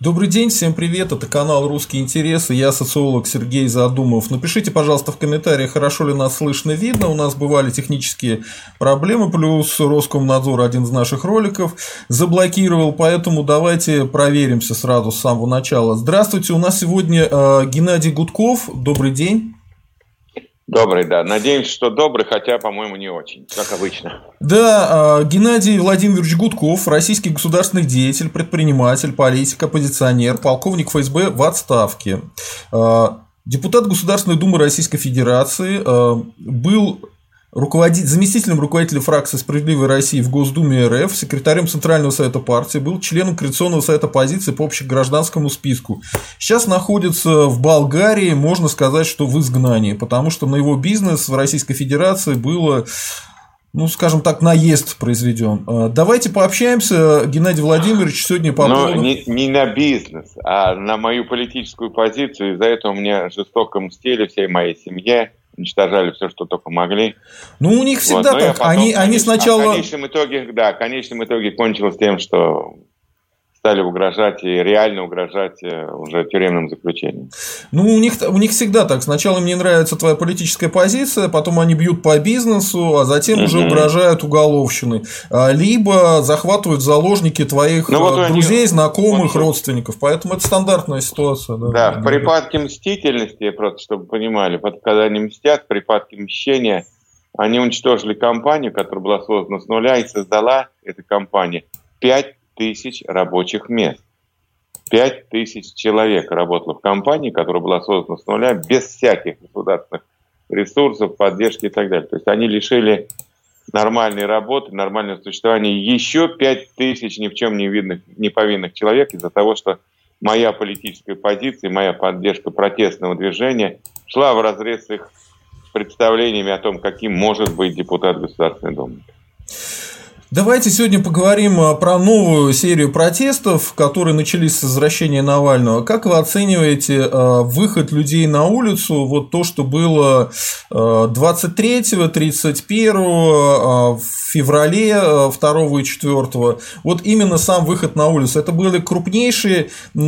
Добрый день, всем привет, это канал «Русские интересы», я социолог Сергей Задумов. Напишите, пожалуйста, в комментариях, хорошо ли нас слышно, видно, у нас бывали технические проблемы, плюс Роскомнадзор один из наших роликов заблокировал, поэтому давайте проверимся сразу с самого начала. Здравствуйте, у нас сегодня Геннадий Гудков, добрый день. Добрый, да. Надеемся, что добрый, хотя, по-моему, не очень, как обычно. Да, Геннадий Владимирович Гудков, российский государственный деятель, предприниматель, политик, оппозиционер, полковник ФСБ в отставке. Депутат Государственной Думы Российской Федерации, был заместителем руководителя фракции «Справедливой России» в Госдуме РФ, секретарем Центрального совета партии, был членом Координационного совета оппозиции по общегражданскому списку. Сейчас находится в Болгарии, можно сказать, что в изгнании, потому что на его бизнес в Российской Федерации было, скажем так, наезд произведен. Давайте пообщаемся, Геннадий Владимирович, сегодня по поводу... не на бизнес, а на мою политическую позицию. Из-за этого мне жестоко мстили всей моей семье. Уничтожали все, что только могли. У них всегда так. Потом, они сначала... В конечном итоге кончилось тем, что стали угрожать и реально угрожать уже тюремным заключением. У них всегда так. Сначала им не нравится твоя политическая позиция, потом они бьют по бизнесу, а затем уже угрожают уголовщиной. Либо захватывают в заложники твоих друзей, знакомых, родственников. Поэтому это стандартная ситуация. Да, в припадке мстительности, просто чтобы вы понимали, когда они мстят, в припадке мщения, они уничтожили компанию, которая была создана с нуля, и создала эта компания 5000 рабочих мест. 5000 человек работало в компании, которая была создана с нуля, без всяких государственных ресурсов, поддержки и так далее. То есть они лишили нормальной работы, нормального существования еще 5000 ни в чем не повинных человек из-за того, что моя политическая позиция, моя поддержка протестного движения шла вразрез с их представлениями о том, каким может быть депутат Государственной Думы. Давайте сегодня поговорим про новую серию протестов, которые начались с возвращения Навального. Как вы оцениваете выход людей на улицу, вот то, что было 23-го, 31-го, в феврале 2 и 4, вот именно сам выход на улицу, это были крупнейшие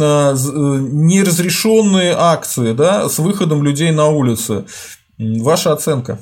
неразрешенные акции, да, с выходом людей на улицы. Ваша оценка?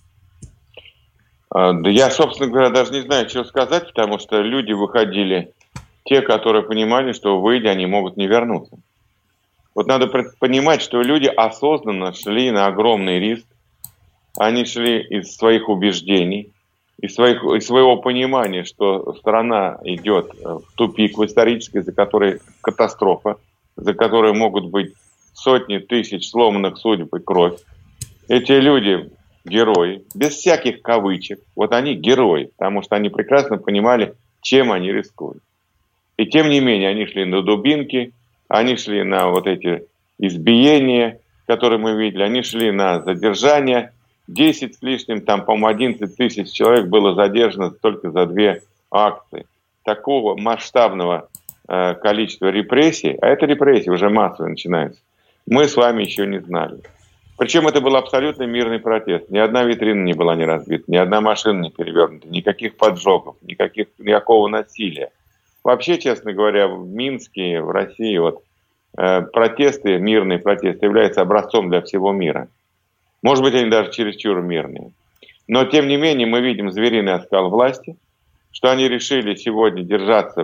Да я, собственно говоря, даже не знаю, что сказать, потому что люди выходили, те, которые понимали, что выйдя, они могут не вернуться. Вот надо понимать, что люди осознанно шли на огромный риск, они шли из своих убеждений, из своего понимания, что страна идет в тупик в исторической, за которой катастрофа, за которой могут быть сотни тысяч сломанных судеб и кровь. Эти люди... герои, без всяких кавычек, вот они герои, потому что они прекрасно понимали, чем они рискуют. И тем не менее, они шли на дубинки, они шли на вот эти избиения, которые мы видели, они шли на задержание. 10 с лишним, там, по-моему, 11 тысяч человек было задержано только за 2 акции. Такого масштабного количества репрессий, а это репрессии уже массово начинаются, мы с вами еще не знали. Причем это был абсолютно мирный протест. Ни одна витрина не была не разбита, ни одна машина не перевернута, никаких поджогов, никакого насилия. Вообще, честно говоря, в Минске, в России, протесты, мирные протесты являются образцом для всего мира. Может быть, они даже чересчур мирные. Но, тем не менее, мы видим звериный оскал власти, что они решили сегодня держаться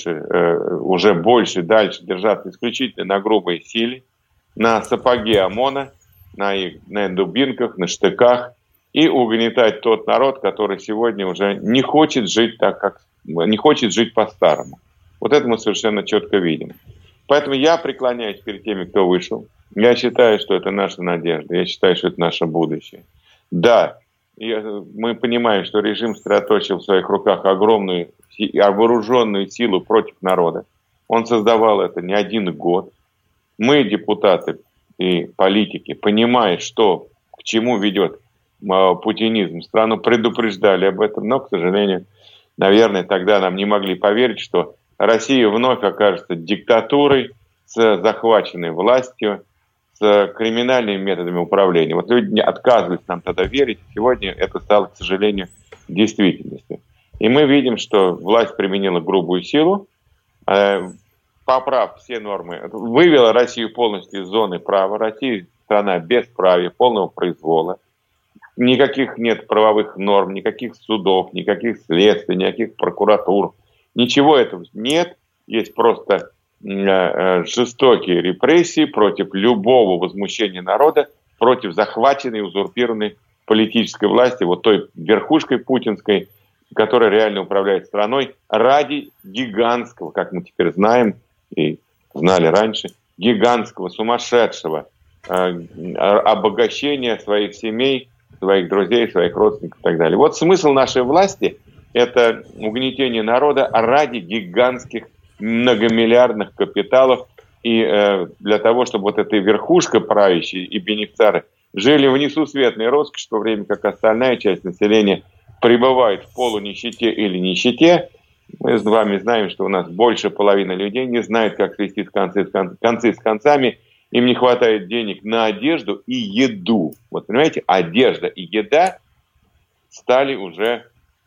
дальше держаться исключительно на грубой силе, на сапоге ОМОНа, на дубинках, на штыках и угнетать тот народ, который сегодня уже не хочет жить не хочет жить по-старому. Вот это мы совершенно четко видим. Поэтому я преклоняюсь перед теми, кто вышел. Я считаю, что это наша надежда. Я считаю, что это наше будущее. Да, мы понимаем, что режим сосредоточил в своих руках огромную вооруженную силу против народа. Он создавал это не один год. Мы, депутаты и политики, понимая, что к чему ведет путинизм, страну предупреждали об этом, но, к сожалению, наверное, тогда нам не могли поверить, что Россия вновь окажется диктатурой с захваченной властью, с криминальными методами управления. Вот люди отказывались нам тогда верить, сегодня это стало, к сожалению, действительностью. И мы видим, что власть применила грубую силу, поправ все нормы, вывела Россию полностью из зоны права. Россия страна бесправия, полного произвола. Никаких нет правовых норм, никаких судов, никаких следствий, никаких прокуратур. Ничего этого нет. Есть просто жестокие репрессии против любого возмущения народа, против захваченной, узурпированной политической власти, вот той верхушкой путинской, которая реально управляет страной ради гигантского, как мы теперь знаем и знали раньше, гигантского, сумасшедшего обогащения своих семей, своих друзей, своих родственников и так далее. Вот смысл нашей власти – это угнетение народа ради гигантских многомиллиардных капиталов и для того, чтобы вот эта верхушка правящая и бенефициары жили в несусветной роскоши, в то время как остальная часть населения пребывает в полунищете или нищете. Мы с вами знаем, что у нас больше половины людей не знает, как свести концы с концами. Им не хватает денег на одежду и еду. Вот понимаете, одежда и еда стали уже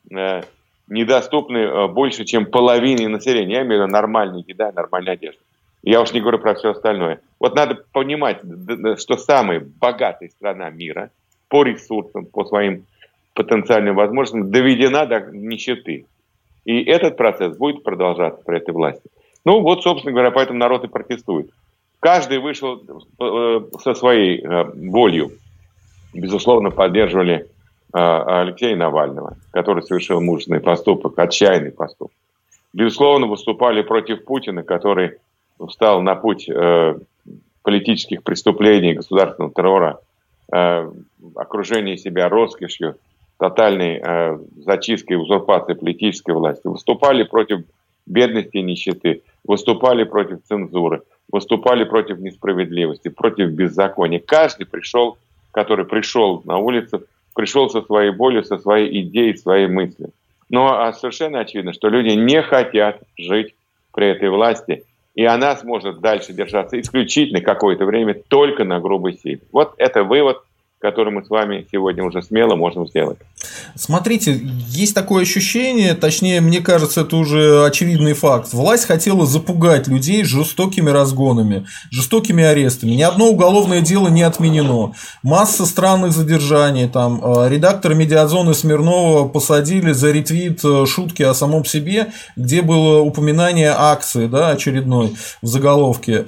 недоступны больше, чем половине населения. Я имею в виду нормальная еда, нормальная одежда. Я уж не говорю про все остальное. Вот надо понимать, что самая богатая страна мира по ресурсам, по своим потенциальным возможностям доведена до нищеты. И этот процесс будет продолжаться при этой власти. Ну вот, собственно говоря, поэтому народ и протестует. Каждый вышел со своей волей. Безусловно, поддерживали Алексея Навального, который совершил мужественный поступок, отчаянный поступок. Безусловно, выступали против Путина, который встал на путь политических преступлений, государственного террора, окружения себя роскошью, тотальной зачисткой, узурпацией политической власти. Выступали против бедности и нищеты, выступали против цензуры, выступали против несправедливости, против беззакония. Каждый пришел, который пришел на улицу, пришел со своей болью, со своей идеей, своей мыслью. Но совершенно очевидно, что люди не хотят жить при этой власти, и она сможет дальше держаться исключительно какое-то время только на грубой силе. Вот это вывод, который мы с вами сегодня уже смело можем сделать. Смотрите, есть такое ощущение, точнее, мне кажется, это уже очевидный факт. Власть хотела запугать людей жестокими разгонами, жестокими арестами. Ни одно уголовное дело не отменено. Масса странных задержаний. Там, редактора «Медиазоны» Смирнова посадили за ретвит шутки о самом себе, где было упоминание акции, да, очередной в заголовке.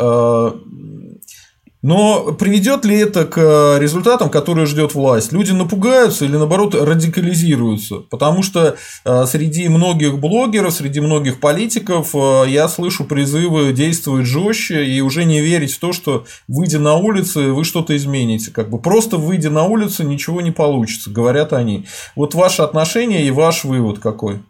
Но приведет ли это к результатам, которые ждет власть? Люди напугаются или, наоборот, радикализируются? Потому что среди многих блогеров, среди многих политиков я слышу призывы действовать жестче и уже не верить в то, что, выйдя на улицу, вы что-то измените. Как бы просто выйдя на улицу, ничего не получится, говорят они. Вот ваше отношение и ваш вывод какой?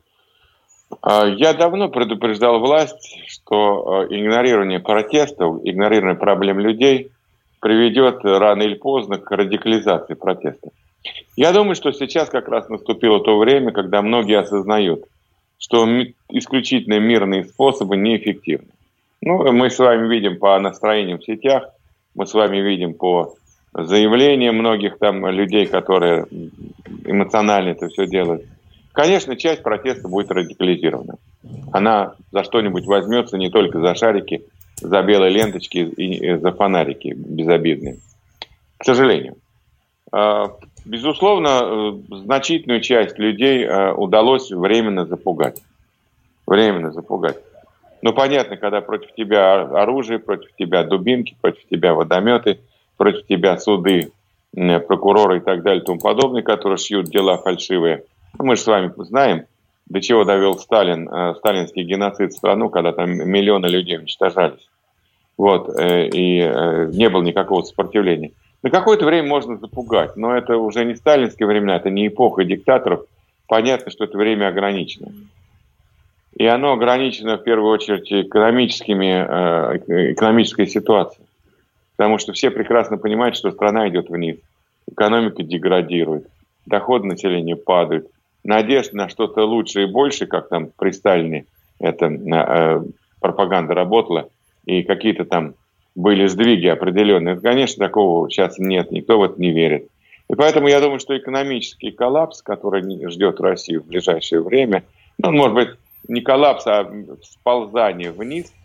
Я давно предупреждал власть, что игнорирование протестов, игнорирование проблем людей приведет рано или поздно к радикализации протеста. Я думаю, что сейчас как раз наступило то время, когда многие осознают, что исключительно мирные способы неэффективны. Ну, мы с вами видим по настроениям в сетях, мы с вами видим по заявлениям многих там людей, которые эмоционально это все делают. Конечно, часть протеста будет радикализирована. Она за что-нибудь возьмется не только за шарики, за белые ленточки и за фонарики безобидные. К сожалению. Безусловно, значительную часть людей удалось временно запугать. Временно запугать. Но понятно, когда против тебя оружие, против тебя дубинки, против тебя водометы, против тебя суды, прокуроры и так далее и тому подобное, которые шьют дела фальшивые. Мы же с вами знаем, до чего довел Сталин, сталинский геноцид в страну, когда там миллионы людей уничтожались. Вот, и не было никакого сопротивления. На какое-то время можно запугать, но это уже не сталинские времена, это не эпоха диктаторов. Понятно, что это время ограничено. И оно ограничено в первую очередь экономической ситуацией. Потому что все прекрасно понимают, что страна идет вниз, экономика деградирует, доходы населения падают. Надежда на что-то лучше и больше, как там при Сталине эта пропаганда работала, и какие-то там были сдвиги определенные. Конечно, такого сейчас нет, никто в это не верит. И поэтому я думаю, что экономический коллапс, который ждет Россию в ближайшее время, ну, может быть, не коллапс, а сползание вниз,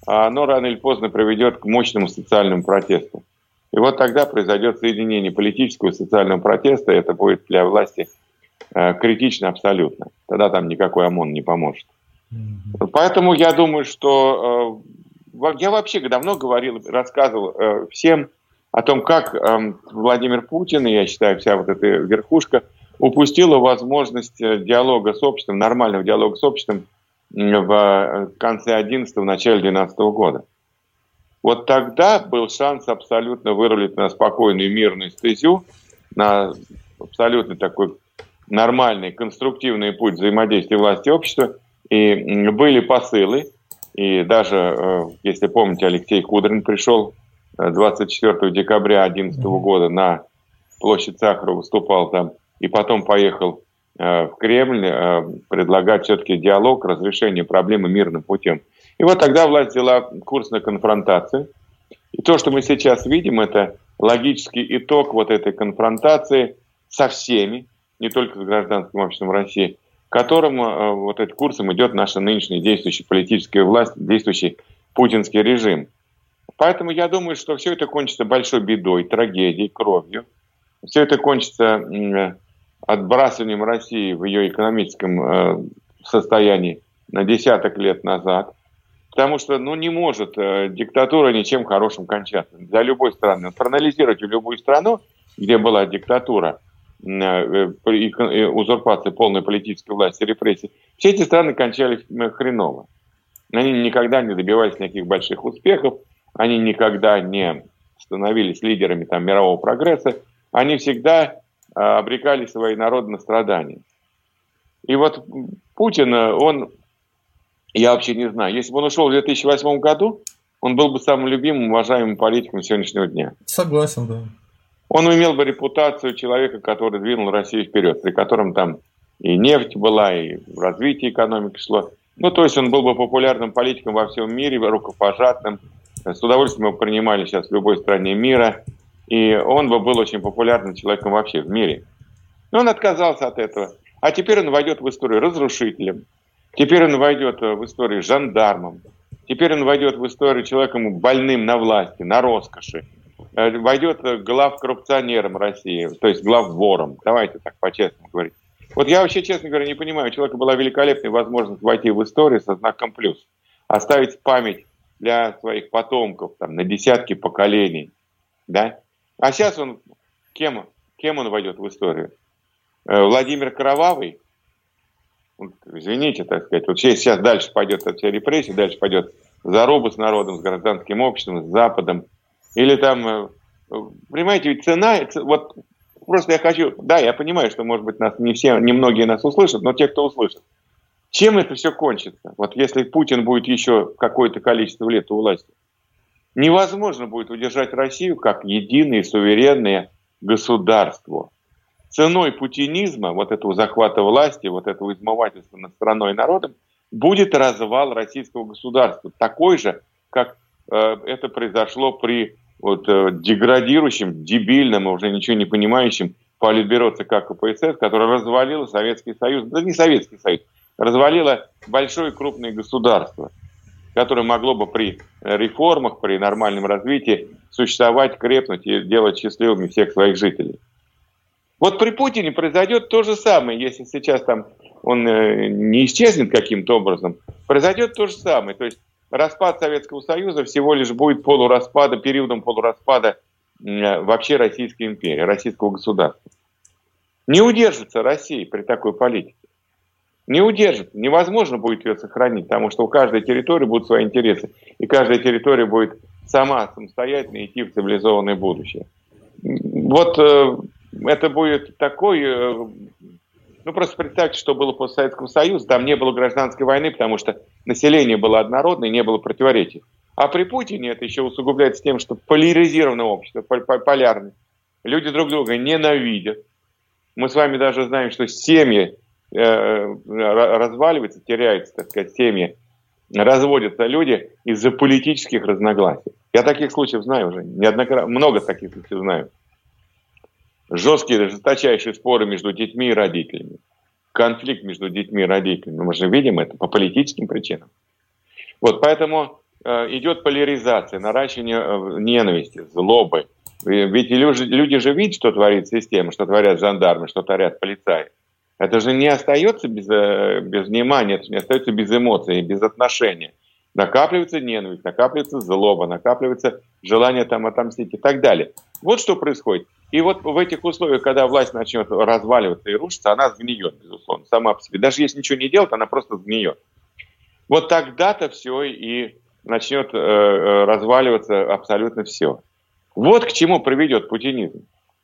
оно рано или поздно приведет к мощному социальному протесту. И вот тогда произойдет соединение политического и социального протеста, и это будет для власти критично абсолютно. Тогда там никакой ОМОН не поможет. Поэтому я думаю, что я вообще давно говорил, рассказывал всем о том, как Владимир Путин, и я считаю, вся вот эта верхушка, упустила возможность диалога с обществом, нормального диалога с обществом в конце 11-го, начале 12-го года. Вот тогда был шанс абсолютно вырулить на спокойную мирную стезю, на абсолютно такой нормальный, конструктивный путь взаимодействия власти и общества. И были посылы, и даже, если помните, Алексей Кудрин пришел 24 декабря 2011 года на площадь Сахарова, выступал там, и потом поехал в Кремль предлагать все-таки диалог, разрешение проблемы мирным путем. И вот тогда власть взяла курс на конфронтацию. И то, что мы сейчас видим, это логический итог вот этой конфронтации со всеми, не только с гражданским обществом России, которым вот этим курсом идет наша нынешняя действующая политическая власть, действующий путинский режим. Поэтому я думаю, что все это кончится большой бедой, трагедией, кровью. Все это кончится отбрасыванием России в ее экономическом состоянии на десяток лет назад. Потому что не может диктатура ничем хорошим кончаться. Для любой страны. Проанализируйте любую страну, где была диктатура, узурпация полной политической власти, репрессий. Все эти страны кончались хреново. Они никогда не добивались никаких больших успехов. Они никогда не становились лидерами мирового прогресса. Они всегда обрекали свои народы на страдания. И вот Путин, я вообще не знаю, если бы он ушел в 2008 году, он был бы самым любимым, уважаемым политиком сегодняшнего дня. Согласен, да. Он имел бы репутацию человека, который двинул Россию вперед, при котором там и нефть была, и развитие экономики шло. То есть он был бы популярным политиком во всем мире, рукопожатным. С удовольствием его принимали сейчас в любой стране мира. И он бы был очень популярным человеком вообще в мире. Но он отказался от этого. А теперь он войдет в историю разрушителем. Теперь он войдет в историю жандармом. Теперь он войдет в историю человеком больным на власти, на роскоши. Войдет главкоррупционером России, то есть главвором. Давайте так по-честному говорить. Вот я вообще, честно говоря, не понимаю. У человека была великолепная возможность войти в историю со знаком плюс. Оставить память для своих потомков на десятки поколений. Да? А сейчас он кем он войдет в историю? Владимир Кровавый? Извините, так сказать. Вот сейчас дальше пойдет вся репрессия, дальше пойдет заруба с народом, с гражданским обществом, с Западом. Или понимаете, ведь цена, вот просто я хочу, да, я понимаю, что, может быть, не многие нас услышат, но те, кто услышит. Чем это все кончится? Вот если Путин будет еще какое-то количество лет у власти, невозможно будет удержать Россию как единое суверенное государство. Ценой путинизма, вот этого захвата власти, вот этого измывательства над страной и народом, будет развал российского государства. Такой же, как это произошло при деградирующем, дебильном, уже ничего не понимающем политбюро ЦК КПСС, которое развалило Советский Союз, да не Советский Союз, развалило большое крупное государство, которое могло бы при реформах, при нормальном развитии существовать, крепнуть и делать счастливыми всех своих жителей. Вот при Путине произойдет то же самое, если сейчас он не исчезнет каким-то образом, произойдет то же самое. То есть распад Советского Союза всего лишь будет периодом полураспада вообще Российской империи, российского государства. Не удержится Россия при такой политике. Не удержится. Невозможно будет ее сохранить, потому что у каждой территории будут свои интересы. И каждая территория будет сама самостоятельно идти в цивилизованное будущее. Вот это будет такой... просто представьте, что было после Советского Союза. Там не было гражданской войны, потому что население было однородное, не было противоречий. А при Путине это еще усугубляется тем, что поляризированное общество, полярное. Люди друг друга ненавидят. Мы с вами даже знаем, что семьи разваливаются, теряются, так сказать, семьи. Разводятся люди из-за политических разногласий. Я таких случаев знаю уже. Неоднократно, много таких случаев знаю. Жесткие, жесточайшие споры между детьми и родителями. Конфликт между детьми и родителями. Мы же видим это по политическим причинам. Вот, поэтому идет поляризация, наращивание ненависти, злобы. Ведь люди же видят, что творит система, что творят жандармы, что творят полицаи. Это же не остается без внимания, это же не остается без эмоций, без отношения. Накапливается ненависть, накапливается злоба, накапливается желание там отомстить и так далее. Вот что происходит. И вот в этих условиях, когда власть начнет разваливаться и рушиться, она сгниет, безусловно, сама по себе. Даже если ничего не делать, она просто сгниет. Вот тогда-то все и начнет разваливаться абсолютно все. Вот к чему приведет путинизм.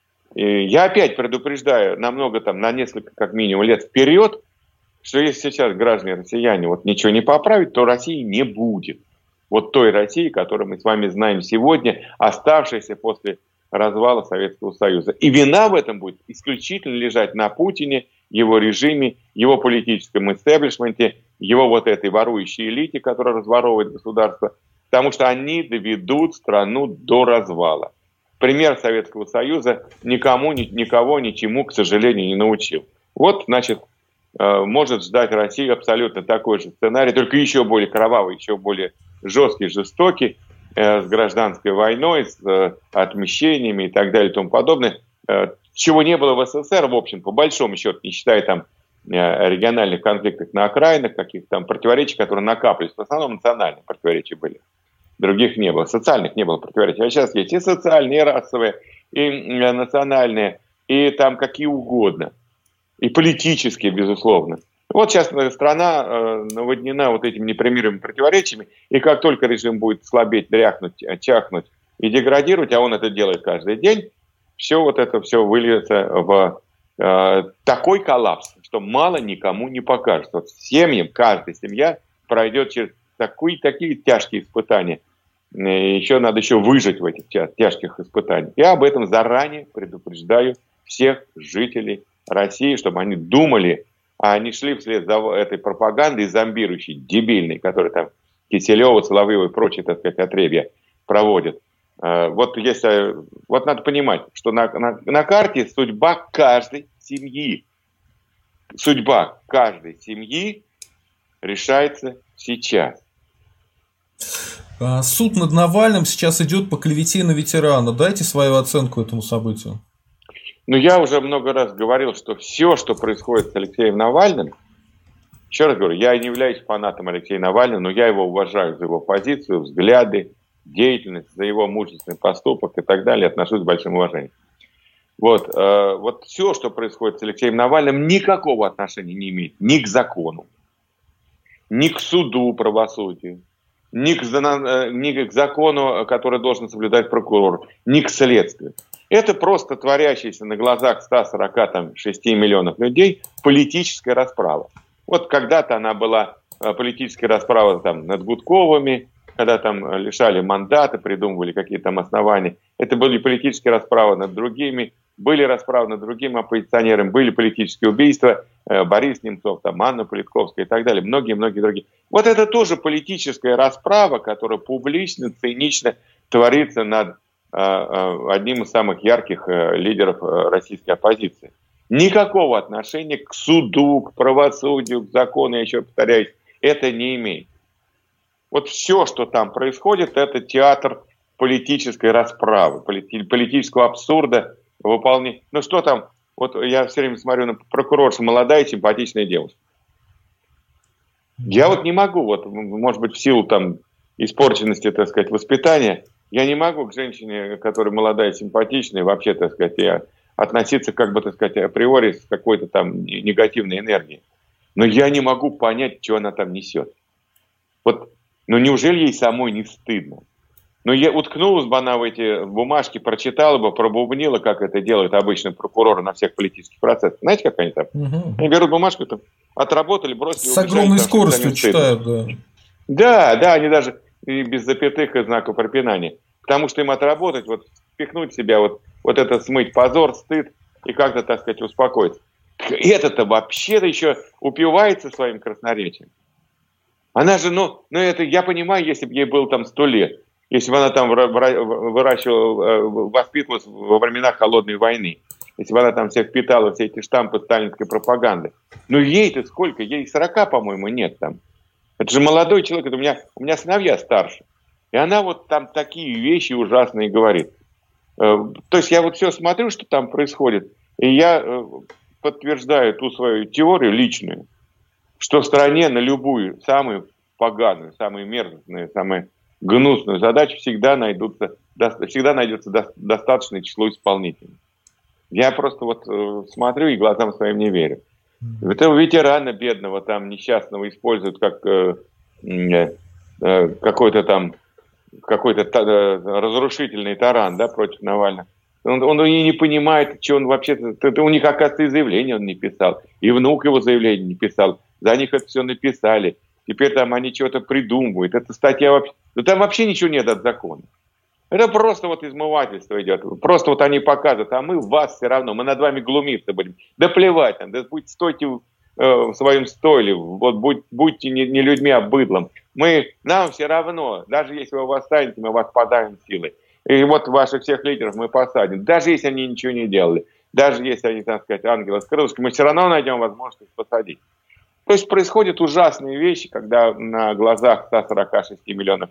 И я опять предупреждаю на несколько, как минимум, лет вперед, что если сейчас граждане россияне ничего не поправят, то России не будет. Вот той России, которую мы с вами знаем сегодня, оставшейся после развала Советского Союза. И вина в этом будет исключительно лежать на Путине, его режиме, его политическом истеблишменте, его этой ворующей элите, которая разворовывает государство, потому что они доведут страну до развала. Пример Советского Союза никого ничему, к сожалению, не научил. Значит, может ждать Россию абсолютно такой же сценарий, только еще более кровавый, еще более жесткий, жестокий, с гражданской войной, с отмщениями и так далее и тому подобное, чего не было в СССР, в общем, по большому счету, не считая там региональных конфликтов на окраинах, каких-то там противоречий, которые накапливались. В основном национальные противоречия были. Других не было. Социальных не было противоречий. А сейчас есть и социальные, и расовые, и национальные, и там какие угодно. И политические, безусловно. Вот сейчас страна наводнена этими непримиримыми противоречиями, и как только режим будет слабеть, дряхнуть, чахнуть и деградировать, а он это делает каждый день, все это все выльется в такой коллапс, что мало никому не покажется. Семьям, каждая семья пройдет через такие тяжкие испытания. Еще надо выжить в этих тяжких испытаниях. Я об этом заранее предупреждаю всех жителей России, чтобы они думали, а не шли вслед за этой пропагандой зомбирующей, дебильной, которую там Киселева, Соловьева и прочие, так сказать, отребья проводят. Надо понимать, что на карте судьба каждой семьи. Судьба каждой семьи решается сейчас. Суд над Навальным сейчас идет по клевете на ветерана. Дайте свою оценку этому событию. Я уже много раз говорил, что все, что происходит с Алексеем Навальным, еще раз говорю, я не являюсь фанатом Алексея Навального, но я его уважаю за его позицию, взгляды, деятельность, за его мужественный поступок и так далее, отношусь с большим уважением. Все, что происходит с Алексеем Навальным, никакого отношения не имеет ни к закону, ни к суду, правосудию, ни к закону, который должен соблюдать прокурор, ни к следствию. Это просто творящаяся на глазах 146 миллионов людей политическая расправа. Когда-то она была политическая расправа над Гудковыми, когда там лишали мандата, придумывали какие-то там основания. Это были политические расправы над другими, были расправы над другими оппозиционерами, были политические убийства, Борис Немцов, Анна Политковская и так далее, многие-многие другие. Это тоже политическая расправа, которая публично, цинично творится над одним из самых ярких лидеров российской оппозиции. Никакого отношения к суду, к правосудию, к закону, я еще повторяюсь, это не имеет. Все, что там происходит, это театр политической расправы, политического абсурда выполнения. Что там? Я все время смотрю на прокуроршу, молодая, симпатичная девушка. Я не могу, может быть, в силу испорченности, так сказать, воспитания, я не могу к женщине, которая молодая, симпатичная, вообще, так сказать, относиться, так сказать, априори с какой-то негативной энергией. Но я не могу понять, что она там несет. Неужели ей самой не стыдно? Уткнулась бы она в эти бумажки, прочитала бы, пробубнила, как это делают обычно прокуроры на всех политических процессах. Знаете, как они там? Они берут бумажку, отработали, бросили. С огромной скоростью читают, да. Да, они даже и без запятых и знаков препинания. Потому что им отработать, впихнуть в себя, это смыть позор, стыд и как-то, так сказать, успокоиться. Это-то вообще-то еще упивается своим красноречием. Она же, это я понимаю, если бы ей было 100 лет, если бы она воспитывалась во времена Холодной войны, если бы она всех питала, все эти штампы сталинской пропаганды. Ей-то сколько? Ей 40, по-моему, нет там. Это же молодой человек, это у меня сыновья старше. И она вот там такие вещи ужасные говорит. То есть я вот все смотрю, что там происходит, и я подтверждаю ту свою теорию личную, что в стране на любую самую поганую, самую мерзостную, самую гнусную задачу всегда найдется достаточное число исполнителей. Я просто вот смотрю и глазам своим не верю. Этого ветерана бедного, там, несчастного используют как какой-то разрушительный таран, да, против Навального. Он и не понимает, что он вообще... У них, оказывается, и заявление он не писал. И внук его заявление не писал. За них это все написали. Теперь там они что-то придумывают. Эта статья вообще... Да там вообще ничего нет от закона. Это просто вот измывательство идет. Просто вот они показывают, а мы вас все равно, мы над вами глумиться будем. Да плевать, да стойте в своем стойле, вот будьте не людьми, а быдлом. Нам все равно, даже если вы восстанете, мы вас подавим силой. И вот ваших всех лидеров мы посадим. Даже если они ничего не делали. Даже если они, так сказать, ангелы с крылышками, мы все равно найдем возможность их посадить. То есть происходят ужасные вещи, когда на глазах 146 миллионов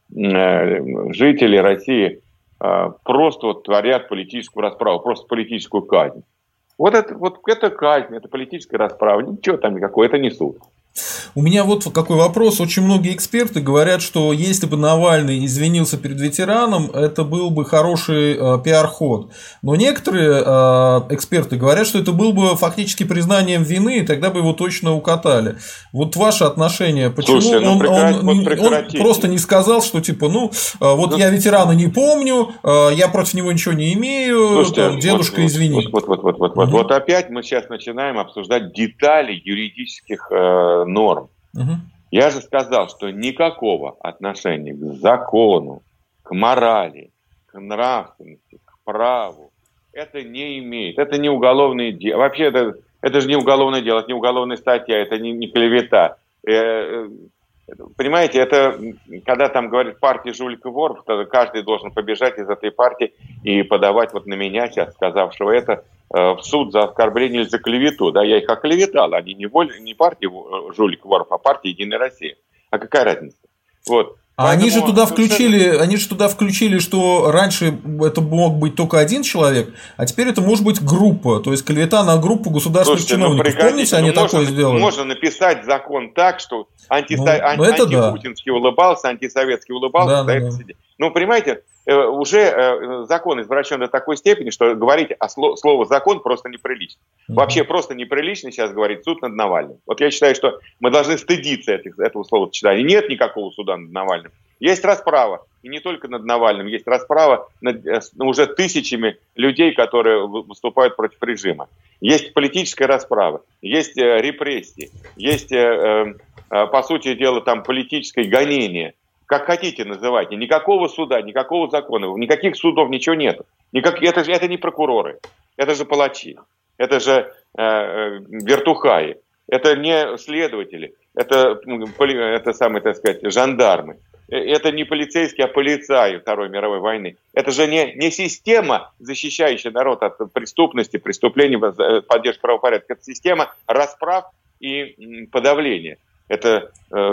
жителей России просто вот творят политическую расправу, просто политическую казнь. Вот это казнь, это политическая расправа. Ничего там никакого, это не суд. У меня вот какой вопрос. Очень многие эксперты говорят, что если бы Навальный извинился перед ветераном, это был бы хороший пиар-ход. Но некоторые эксперты говорят, что это было бы фактически признанием вины, и тогда бы его точно укатали. Вот ваше отношение, почему? Слушайте, он просто не сказал, что типа, я ветерана не помню, я против него ничего не имею, слушайте, дедушка, извини. Вот опять мы сейчас начинаем обсуждать детали юридических норм. Я же сказал, что никакого отношения к закону, к морали, к нравственности, к праву это не имеет. Это не уголовное дело. Вообще это же не уголовное дело, это не уголовная статья, это не клевета. Понимаете, это когда там говорит партия жулик и воров, тогда каждый должен побежать из этой партии и подавать вот на меня, сейчас сказавшего это, в суд за оскорбление или за клевету. Да, я их оклеветал, они не партия жулик и воров, а партия Единая Россия. А какая разница? Вот. Они же туда включили, что раньше это мог быть только один человек, а теперь это может быть группа, то есть клевета на группу государственных чиновников. Помните, они такое сделали? Можно написать закон так, что антипутинский улыбался, антисоветский улыбался, сидеть. Понимаете, уже закон извращен до такой степени, что говорить слово «закон» просто неприлично. Вообще просто неприлично сейчас говорить суд над Навальным. Вот я считаю, что мы должны стыдиться этого словосочетания. Нет никакого суда над Навальным. Есть расправа. И не только над Навальным. Есть расправа над уже тысячами людей, которые выступают против режима. Есть политическая расправа. Есть репрессии. Есть, по сути дела, там политическое гонение. Как хотите называйте. Никакого суда, никакого закона, никаких судов, ничего нет. Это не прокуроры, это же палачи, это же вертухаи, это не следователи, это самые, так сказать, жандармы. Это не полицейские, а полицаи Второй мировой войны. Это же не система, защищающая народ от преступности, преступлений, поддержки правопорядка. Это система расправ и подавления. Это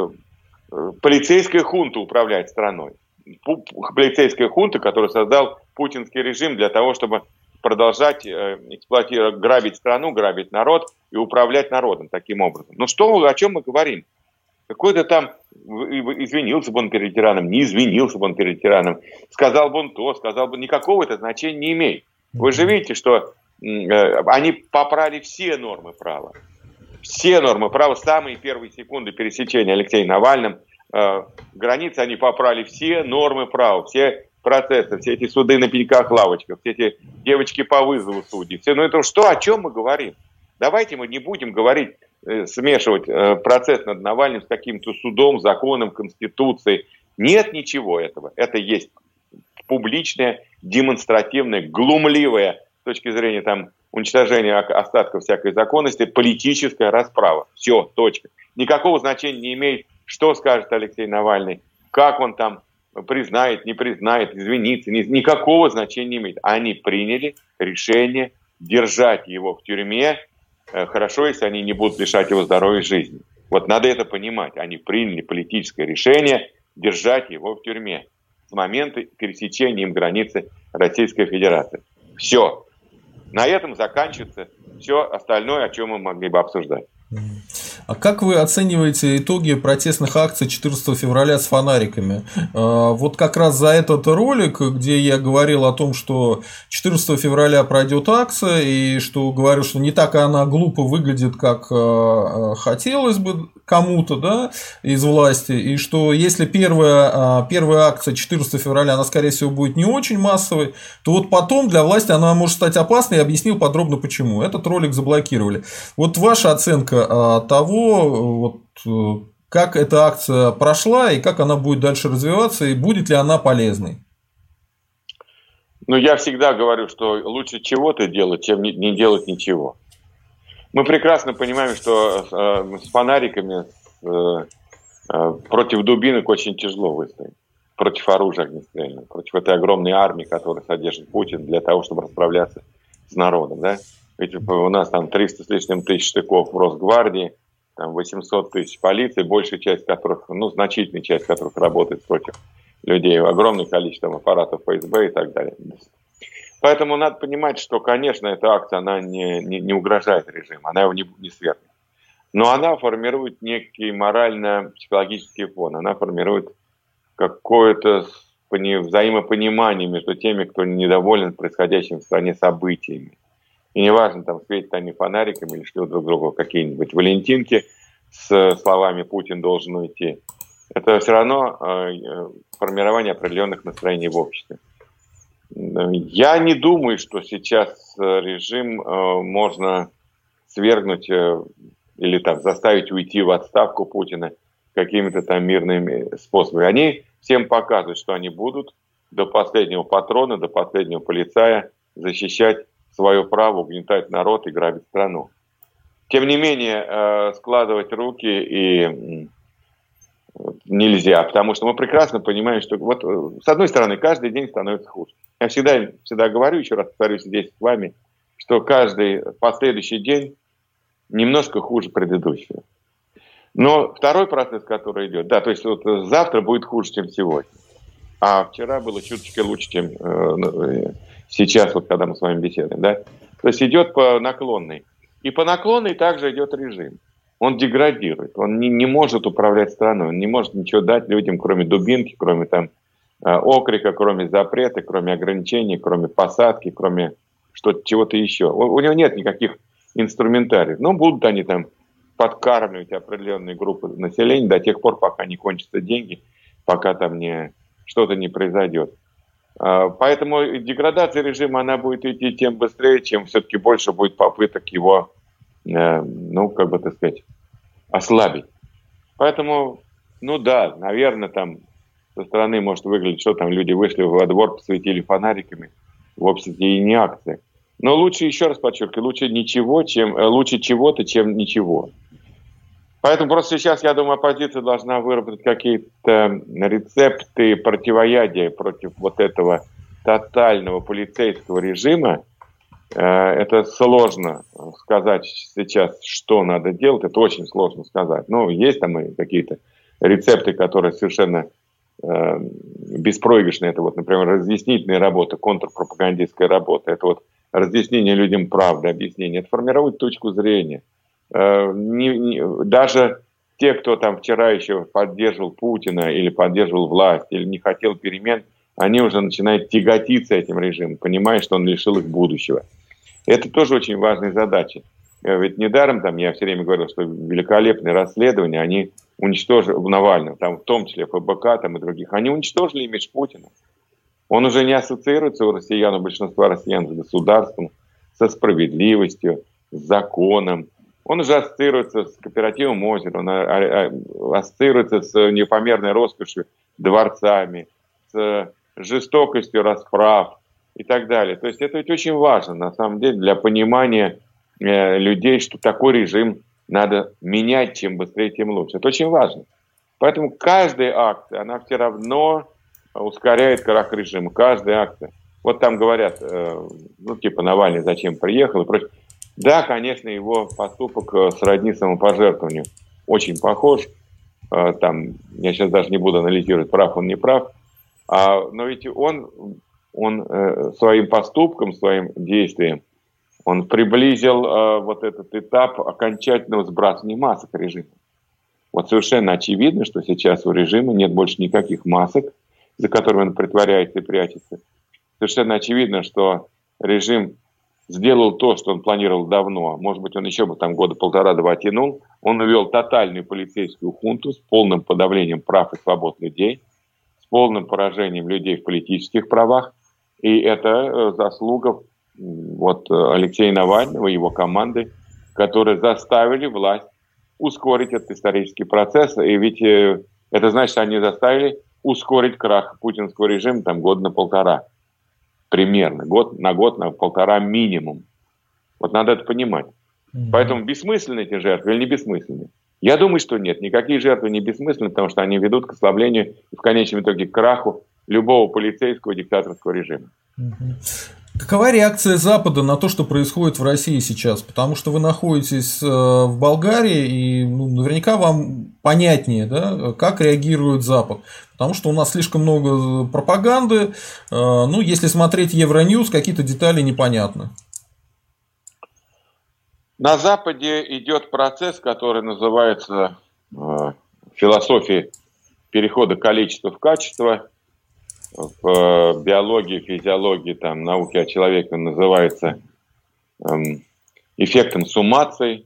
полицейская хунта управляет страной. Полицейская хунта, которую создал путинский режим для того, чтобы продолжать эксплуатировать, грабить страну, грабить народ и управлять народом таким образом. О чем мы говорим? Какой-то там извинился бы он перед ветераном, не извинился бы он перед ветераном, сказал бы он то, сказал бы, никакого это значения не имеет. Вы же видите, что они попрали все нормы права. Все нормы права, самые первые секунды пересечения Алексеем Навальным границы, они попрали все нормы права, все процессы, все эти суды на пеньках-лавочках, все эти девочки по вызову судей. Все, это что, о чем мы говорим? Давайте мы не будем говорить, смешивать процесс над Навальным с каким-то судом, законом, конституцией. Нет ничего этого. Это есть публичная, демонстративная, глумливая с точки зрения уничтожения остатков всякой законности, политическая расправа. Все, точка. Никакого значения не имеет, что скажет Алексей Навальный, как он там признает, не признает, извинится. Никакого значения не имеет. Они приняли решение держать его в тюрьме. Хорошо, если они не будут лишать его здоровья и жизни. Вот надо это понимать. Они приняли политическое решение держать его в тюрьме с момента пересечения им границы Российской Федерации. Все. На этом заканчивается все остальное, о чем мы могли бы обсуждать. А как вы оцениваете итоги протестных акций 14 февраля с фонариками? Вот как раз за этот ролик, где я говорил о том, что 14 февраля пройдет акция, и что говорю, что не так она глупо выглядит, как хотелось бы кому-то, да, из власти, и что если первая акция 14 февраля, она, скорее всего, будет не очень массовой, то вот потом для власти она может стать опасной, и объяснил подробно почему. Этот ролик заблокировали. Вот ваша оценка того, вот, как эта акция прошла и как она будет дальше развиваться, и будет ли она полезной? Ну, я всегда говорю, что лучше чего-то делать, чем не делать ничего. Мы прекрасно понимаем, что с фонариками против дубинок очень тяжело выстоять, против оружия огнестрельного, против этой огромной армии, которую содержит Путин для того, чтобы расправляться с народом, да? Ведь у нас там 300 с лишним тысяч штыков в Росгвардии, там 800 тысяч полиции, большая часть которых, ну, значительная часть которых работает против людей, огромное количество аппаратов ФСБ и так далее. Поэтому надо понимать, что, конечно, эта акция, она не угрожает режиму, она его не свергнет. Но она формирует некий морально-психологический фон, она формирует какое-то взаимопонимание между теми, кто недоволен происходящими в стране событиями. И неважно, там светят они фонариками или шлют друг другу какие-нибудь валентинки с словами «Путин должен уйти». Это все равно формирование определенных настроений в обществе. Я не думаю, что сейчас режим можно свергнуть или там заставить уйти в отставку Путина какими-то там мирными способами. Они всем показывают, что они будут до последнего патрона, до последнего полицая защищать свое право угнетать народ и грабить страну. Тем не менее, складывать руки и нельзя, потому что мы прекрасно понимаем, что вот с одной стороны каждый день становится хуже. Я всегда говорю, еще раз повторюсь здесь с вами, что каждый последующий день немножко хуже предыдущего. Но второй процесс, который идет, да, то есть вот завтра будет хуже, чем сегодня. А вчера было чуточку лучше, чем сейчас, вот когда мы с вами беседуем, да. То есть идет по наклонной. И по наклонной также идет режим. Он деградирует, он не может управлять страной, он не может ничего дать людям, кроме дубинки, кроме там окрика, кроме запрета, кроме ограничений, кроме посадки, кроме чего-то еще. У него нет никаких инструментариев. Но будут они там подкармливать определенные группы населения до тех пор, пока не кончатся деньги, пока там что-то не произойдет. Поэтому деградация режима, она будет идти тем быстрее, чем все-таки больше будет попыток его, ну, как бы так сказать, ослабить. Поэтому, ну да, наверное, там со стороны может выглядеть, что там люди вышли во двор, посветили фонариками, в обществе и не акция. Но лучше, еще раз подчеркиваю, лучше чего-то, чем ничего. Поэтому просто сейчас, я думаю, оппозиция должна выработать какие-то рецепты противоядия против вот этого тотального полицейского режима. Это сложно сказать сейчас, что надо делать, это очень сложно сказать. Ну, есть там и какие-то рецепты, которые совершенно беспроигрышные. Это вот, например, разъяснительная работа, контрпропагандистская работа. Это вот разъяснение людям правды, объяснение. Это формировать точку зрения. Даже те, кто там вчера еще поддерживал Путина или поддерживал власть, или не хотел перемен, они уже начинают тяготиться этим режимом, понимая, что он лишил их будущего. Это тоже очень важная задача. Ведь недаром там я все время говорил, что великолепные расследования, они уничтожили Навального, там, в том числе ФБК там, и других, они уничтожили имидж Путина. Он уже не ассоциируется у россиян, у большинства россиян с государством, со справедливостью, с законом. Он уже ассоциируется с кооперативом «Озеро», он ассоциируется с непомерной роскошью, дворцами, с жестокостью расправ и так далее. То есть это ведь очень важно, на самом деле, для понимания людей, что такой режим надо менять, чем быстрее, тем лучше. Это очень важно. Поэтому каждая акция, она все равно ускоряет крах режима. Каждая акция. Вот там говорят, ну типа Навальный зачем приехал и прочее. Да, конечно, его поступок сродни самопожертвованию. очень похож. Там, я сейчас даже не буду анализировать, прав он, не прав. Но ведь он своим поступком, своим действием, он приблизил вот этот этап окончательного сбрасывания масок режима. Вот совершенно очевидно, что сейчас у режима нет больше никаких масок, за которыми он притворяется и прячется. Совершенно очевидно, что режим сделал то, что он планировал давно. Может быть, он еще бы там года полтора-два тянул. Он увел тотальную полицейскую хунту с полным подавлением прав и свобод людей, с полным поражением людей в политических правах. И это заслуга Алексея Навального и его команды, которые заставили власть ускорить этот исторический процесс. И ведь это значит, что они заставили ускорить крах путинского режима там год на полтора. Примерно. Год на полтора минимум. Вот надо это понимать. Поэтому бессмысленны эти жертвы или не бессмысленны? Я думаю, что нет. Никакие жертвы не бессмысленны, потому что они ведут к ослаблению и в конечном итоге к краху любого полицейского диктаторского режима. Какова реакция Запада на то, что происходит в России сейчас? Потому что вы находитесь в Болгарии, и наверняка вам понятнее, да, как реагирует Запад. Потому что у нас слишком много пропаганды. Если смотреть Евроньюз, какие-то детали непонятны. На Западе идет процесс, который называется философией перехода количества в качество. В биологии, физиологии, там, науке о человеке он называется эффектом суммации.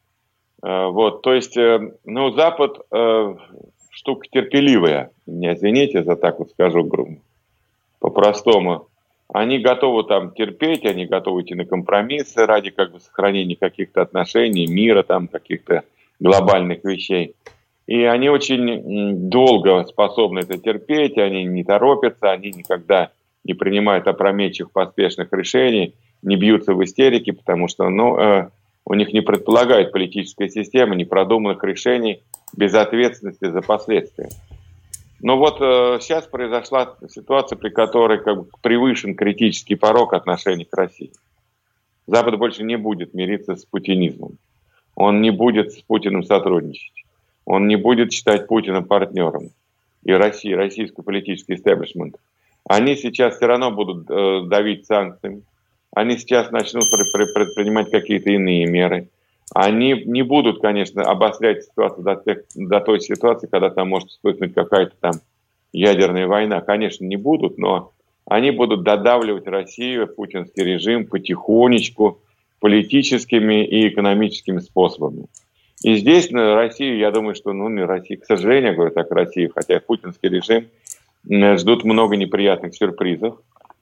То есть, Запад штука терпеливая. Меня извините за так вот скажу грубо, по-простому. Они готовы там терпеть, они готовы идти на компромиссы ради сохранения каких-то отношений, мира, там, каких-то глобальных вещей. И они очень долго способны это терпеть, они не торопятся, они никогда не принимают опрометчивых, поспешных решений, не бьются в истерике, потому что у них не предполагает политическая система непродуманных решений без ответственности за последствия. Но сейчас произошла ситуация, при которой превышен критический порог отношений к России. Запад больше не будет мириться с путинизмом. Он не будет с Путиным сотрудничать. Он не будет считать Путина партнером и российский политический истеблишмент. Они сейчас все равно будут давить санкциями. Они сейчас начнут предпринимать какие-то иные меры. Они не будут, конечно, обострять ситуацию до той ситуации, когда там может вспыхнуть какая-то там ядерная война. Конечно, не будут, но они будут додавливать Россию, путинский режим потихонечку политическими и экономическими способами. И здесь на Россию, я думаю, что, Россия, к сожалению, я говорю так, Россия, хотя путинский режим, ждут много неприятных сюрпризов.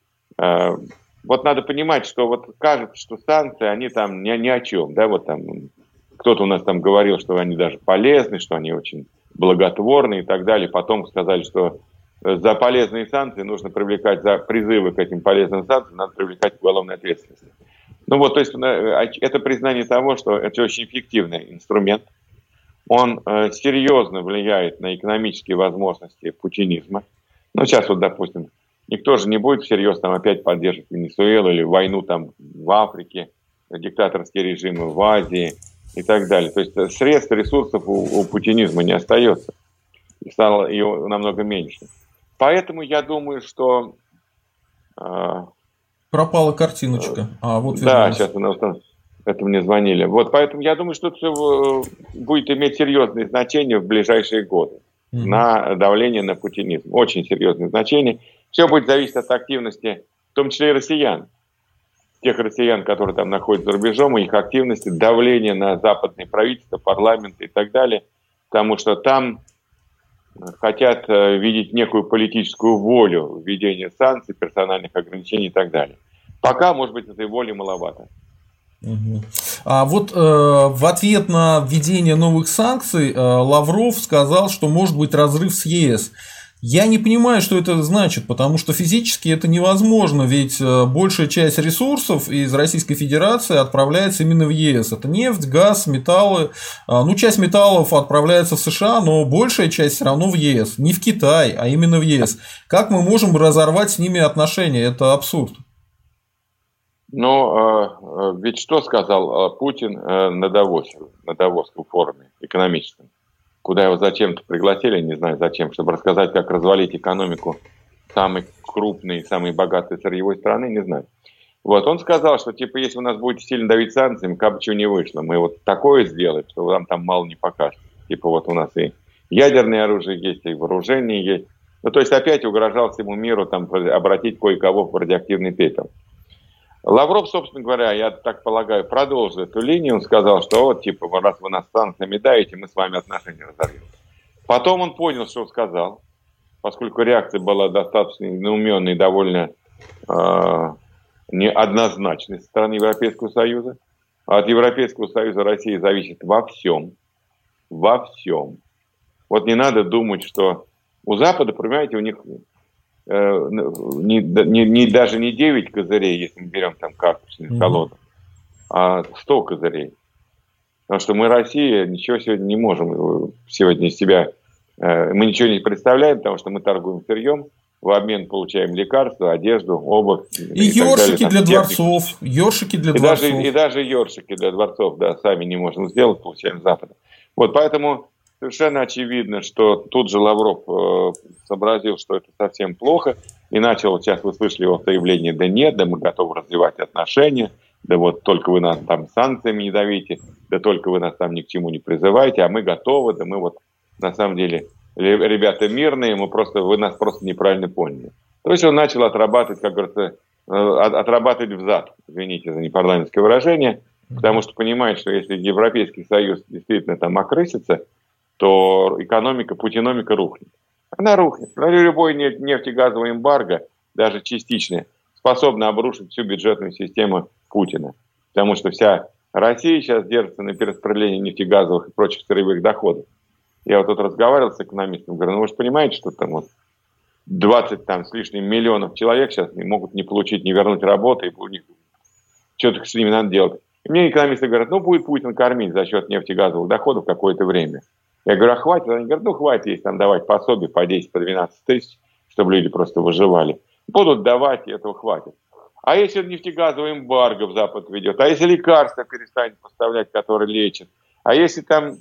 Надо понимать, что кажется, что санкции, они там ни о чем, да, кто-то у нас там говорил, что они даже полезны, что они очень благотворны и так далее. Потом сказали, что за полезные санкции нужно привлекать, за призывы к этим полезным санкциям надо привлекать к уголовной ответственности. То есть это признание того, что это очень эффективный инструмент. Он серьезно влияет на экономические возможности путинизма. Сейчас допустим, никто же не будет всерьез там опять поддерживать Венесуэлу или войну там в Африке, диктаторские режимы в Азии и так далее. То есть средств, ресурсов у путинизма не остается. И стало ее намного меньше. Поэтому я думаю, что... Пропала картиночка. Да, сейчас это мне звонили. Поэтому я думаю, что это все будет иметь серьезное значение в ближайшие годы на давление на путинизм. Очень серьезное значение. Все будет зависеть от активности, в том числе и россиян. Тех россиян, которые там находятся за рубежом, и их активности, давление на западные правительства, парламенты и так далее. Потому что там хотят видеть некую политическую волю введения санкций, персональных ограничений и так далее. Пока, может быть, этой воли маловато. В ответ на введение новых санкций Лавров сказал, что может быть разрыв с ЕС. Я не понимаю, что это значит, потому что физически это невозможно, ведь большая часть ресурсов из Российской Федерации отправляется именно в ЕС. Это нефть, газ, металлы. Часть металлов отправляется в США, но большая часть все равно в ЕС. Не в Китай, а именно в ЕС. Как мы можем разорвать с ними отношения? Это абсурд. Ведь что сказал Путин на Давосском форуме экономическом? куда его зачем-то пригласили, не знаю зачем, чтобы рассказать, как развалить экономику самой крупной, самой богатой сырьевой страны, не знаю. Вот, он сказал, что, типа, если у нас будете сильно давить санкциями, как бы чего не вышло, мы вот такое сделаем, что вам там мало не покажет. Типа, вот у нас и ядерное оружие есть, и вооружение есть. Ну, то есть, опять угрожал всему миру там обратить кое-кого в радиоактивный пепел. Лавров, собственно говоря, я так полагаю, продолжил эту линию. Он сказал, что вот, типа, раз вы нас санкциями давите, мы с вами отношения разорвем. Потом он понял, что сказал, поскольку реакция была достаточно неуменной и довольно неоднозначной со стороны Европейского Союза. А от Европейского Союза Россия зависит во всем. Во всем. Вот не надо думать, что у Запада, понимаете, у них даже не 9 козырей, если мы берем там карточную колоду, а 100 козырей. Потому что мы, Россия, ничего сегодня не можем сегодня из себя... Мы ничего не представляем, потому что мы торгуем сырьем, в обмен получаем лекарства, одежду, обувь. И ёршики для дворцов. Ёршики для дворцов. И даже ёршики для дворцов, да, сами не можем сделать, получаем с Запада. Вот поэтому совершенно очевидно, что тут же Лавров сообразил, что это совсем плохо, и начал, сейчас вы слышали его заявление, да нет, да мы готовы развивать отношения, да вот только вы нас там санкциями не давите, да только вы нас там ни к чему не призываете, а мы готовы, да мы вот на самом деле ребята мирные, вы нас просто неправильно поняли. То есть он начал отрабатывать, как говорится, отрабатывать взад, извините за непарламентское выражение, потому что понимает, что если Европейский Союз действительно там окрысится, то путиномика рухнет. Она рухнет. Любой нефтегазовый эмбарго, даже частичное, способно обрушить всю бюджетную систему Путина. Потому что вся Россия сейчас держится на перераспределении нефтегазовых и прочих сырьевых доходов. Я вот тут разговаривал с экономистом, говорю, вы же понимаете, что там вот 20 там с лишним миллионов человек сейчас не могут не получить, не вернуть работу, и у них что-то с ними надо делать. И мне экономисты говорят, будет Путин кормить за счет нефтегазовых доходов какое-то время. Я говорю, а хватит? Они говорят, хватит, если там давать пособие по 10, по 12 тысяч, чтобы люди просто выживали. Будут давать, и этого хватит. А если нефтегазовый эмбарго в Запад ведет? А если лекарства перестанет поставлять, которые лечат? А если там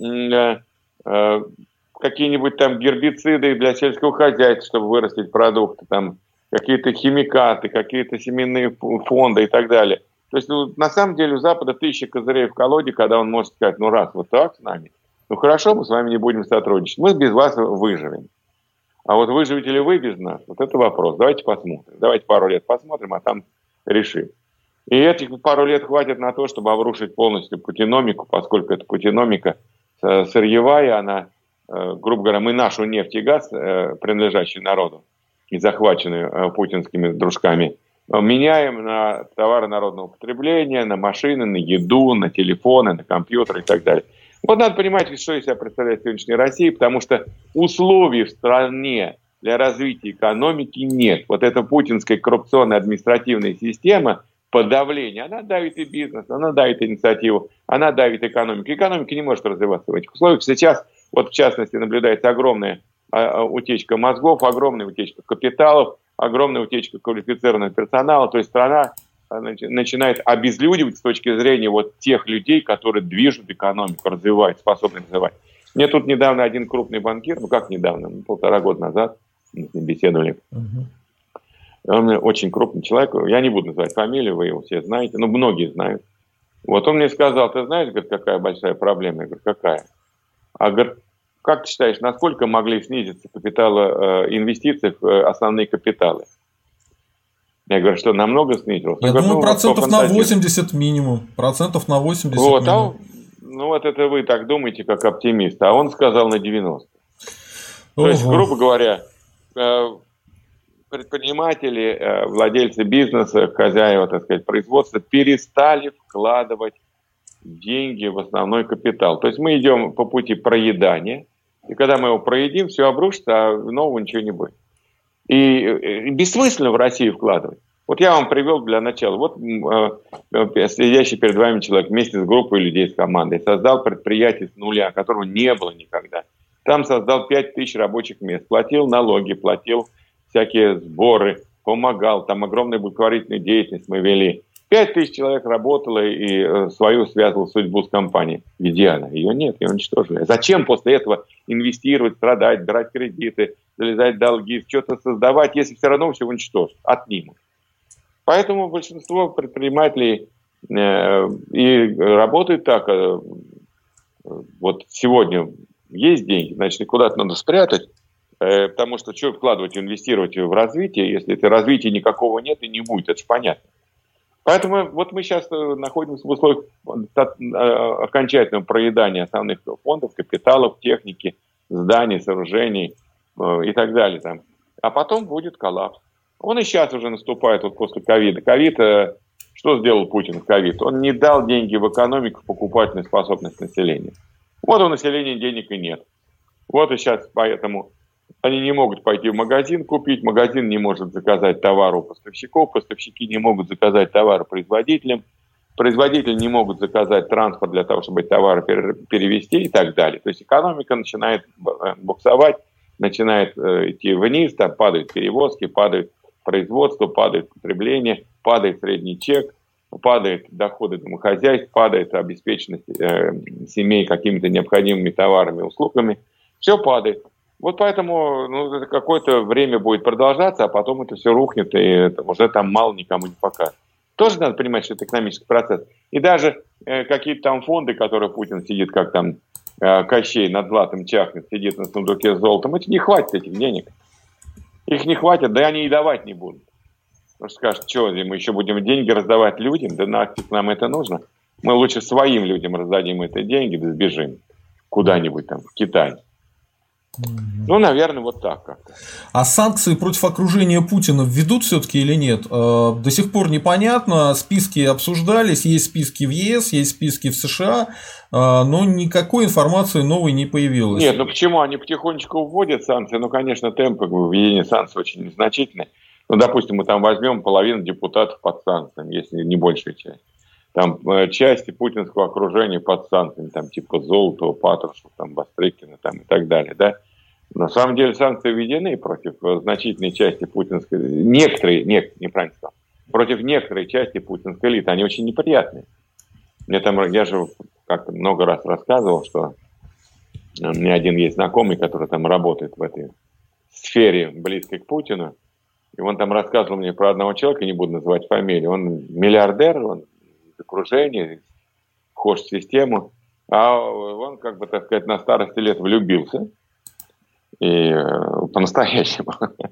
какие-нибудь там гербициды для сельского хозяйства, чтобы вырастить продукты, там какие-то химикаты, какие-то семенные фонды и так далее. То есть, на самом деле, у Запада 1000 козырей в колоде, когда он может сказать, раз вот так с нами, хорошо, мы с вами не будем сотрудничать, мы без вас выживем. А вот выживете ли вы без нас, вот это вопрос. Давайте посмотрим. Давайте пару лет посмотрим, а там решим. И этих пару лет хватит на то, чтобы обрушить полностью путиномику, поскольку эта путиномика сырьевая, она, грубо говоря, мы нашу нефть и газ, принадлежащий народу и захваченную путинскими дружками, меняем на товары народного потребления, на машины, на еду, на телефоны, на компьютеры и так далее. Вот надо понимать, что из себя представляет сегодняшняя Россия, потому что условий в стране для развития экономики нет. Вот эта путинская коррупционная административная система подавления, она давит и бизнес, она давит инициативу, она давит экономику. Экономика не может развиваться в этих условиях. Сейчас, вот в частности, наблюдается огромная утечка мозгов, огромная утечка капиталов, огромная утечка квалифицированного персонала. То есть страна начинает обезлюдивать с точки зрения вот тех людей, которые движут экономику, развивают, способны развивать. Мне тут недавно один крупный банкир, как недавно, 1,5 года назад, мы с ним беседовали. Он очень крупный человек, я не буду называть фамилию, вы его все знаете, но многие знают. Вот он мне сказал, ты знаешь, говорит, какая большая проблема? Я говорю, какая? А говорит, как ты считаешь, насколько могли снизиться инвестиции в основные капиталы? Я говорю, что намного снизилось? Я думаю, процентов на 80 минимум. Процентов на 80 вот, минимум. Вот это вы так думаете, как оптимист. А он сказал на 90. То есть, грубо говоря, предприниматели, владельцы бизнеса, хозяева, так сказать, производства перестали вкладывать деньги в основной капитал. То есть мы идем по пути проедания, и когда мы его проедим, все обрушится, а нового ничего не будет. И бессмысленно в Россию вкладывать. Вот я вам привел для начала. Вот сидящий перед вами человек вместе с группой людей, с командой, создал предприятие с нуля, которого не было никогда. Там создал 5000 рабочих мест, платил налоги, платил всякие сборы, помогал, там огромную благотворительную деятельность мы вели. 5000 человек работало и свою связывало судьбу с компанией. Где она? Ее нет, ее уничтожили. Зачем после этого инвестировать, страдать, брать кредиты, залезать в долги, что-то создавать, если все равно все уничтожат, отнимут. Поэтому большинство предпринимателей и работают так. Вот сегодня есть деньги, значит, их куда-то надо спрятать, потому что что вкладывать, инвестировать в развитие, если это развития никакого нет и не будет, это же понятно. Поэтому вот мы сейчас находимся в условиях окончательного проедания основных фондов, капиталов, техники, зданий, сооружений и так далее. Там. А потом будет коллапс. Он и сейчас уже наступает вот после ковида. Ковид, что сделал Путин в ковид? Он не дал деньги в экономику, в покупательную способность населения. Вот у населения денег и нет. Вот и сейчас поэтому они не могут пойти в магазин купить, магазин не может заказать товар у поставщиков, поставщики не могут заказать товар производителям, производители не могут заказать транспорт для того, чтобы товары перевезти и так далее. То есть экономика начинает буксовать, начинает идти вниз, там падают перевозки, падает производство, падает потребление, падает средний чек, падают доходы домохозяйств, падает обеспеченность семей какими-то необходимыми товарами и услугами. Все падает. Вот поэтому какое-то время будет продолжаться, а потом это все рухнет, и это уже там мало никому не покажет. Тоже надо понимать, что это экономический процесс. И даже какие-то там фонды, которые Путин сидит, как там Кощей над златом чахнет, сидит на сундуке с золотом, это не хватит этих денег. Их не хватит, да они и давать не будут. Потому что скажут, что мы еще будем деньги раздавать людям, да нафиг нам это нужно. Мы лучше своим людям раздадим эти деньги, да сбежим куда-нибудь там в Китай. Ну, наверное, вот так как-то. А санкции против окружения Путина введут все-таки или нет? До сих пор непонятно. Списки обсуждались, есть списки в ЕС, есть списки в США, но никакой информации новой не появилось. Нет, ну почему? Они потихонечку вводят санкции. Ну, конечно, темпы введения санкций очень незначительные. Ну, допустим, мы там возьмем половину депутатов под санкциями, если не большая часть. Там части путинского окружения под санкциями, там типа Золотого, Патрушева, там Бастрыкина там, и так далее, да. На самом деле санкции введены против значительной части путинской, неправильно сказал, против некоторой части путинской элиты, они очень неприятные. Я же как-то много раз рассказывал, что у меня один есть знакомый, который там работает в этой сфере близкой к Путину, и он там рассказывал мне про одного человека, не буду называть фамилию, он миллиардер, он из окружения, вхож в систему, а он, как бы, так сказать, на старости лет влюбился, и по-настоящему.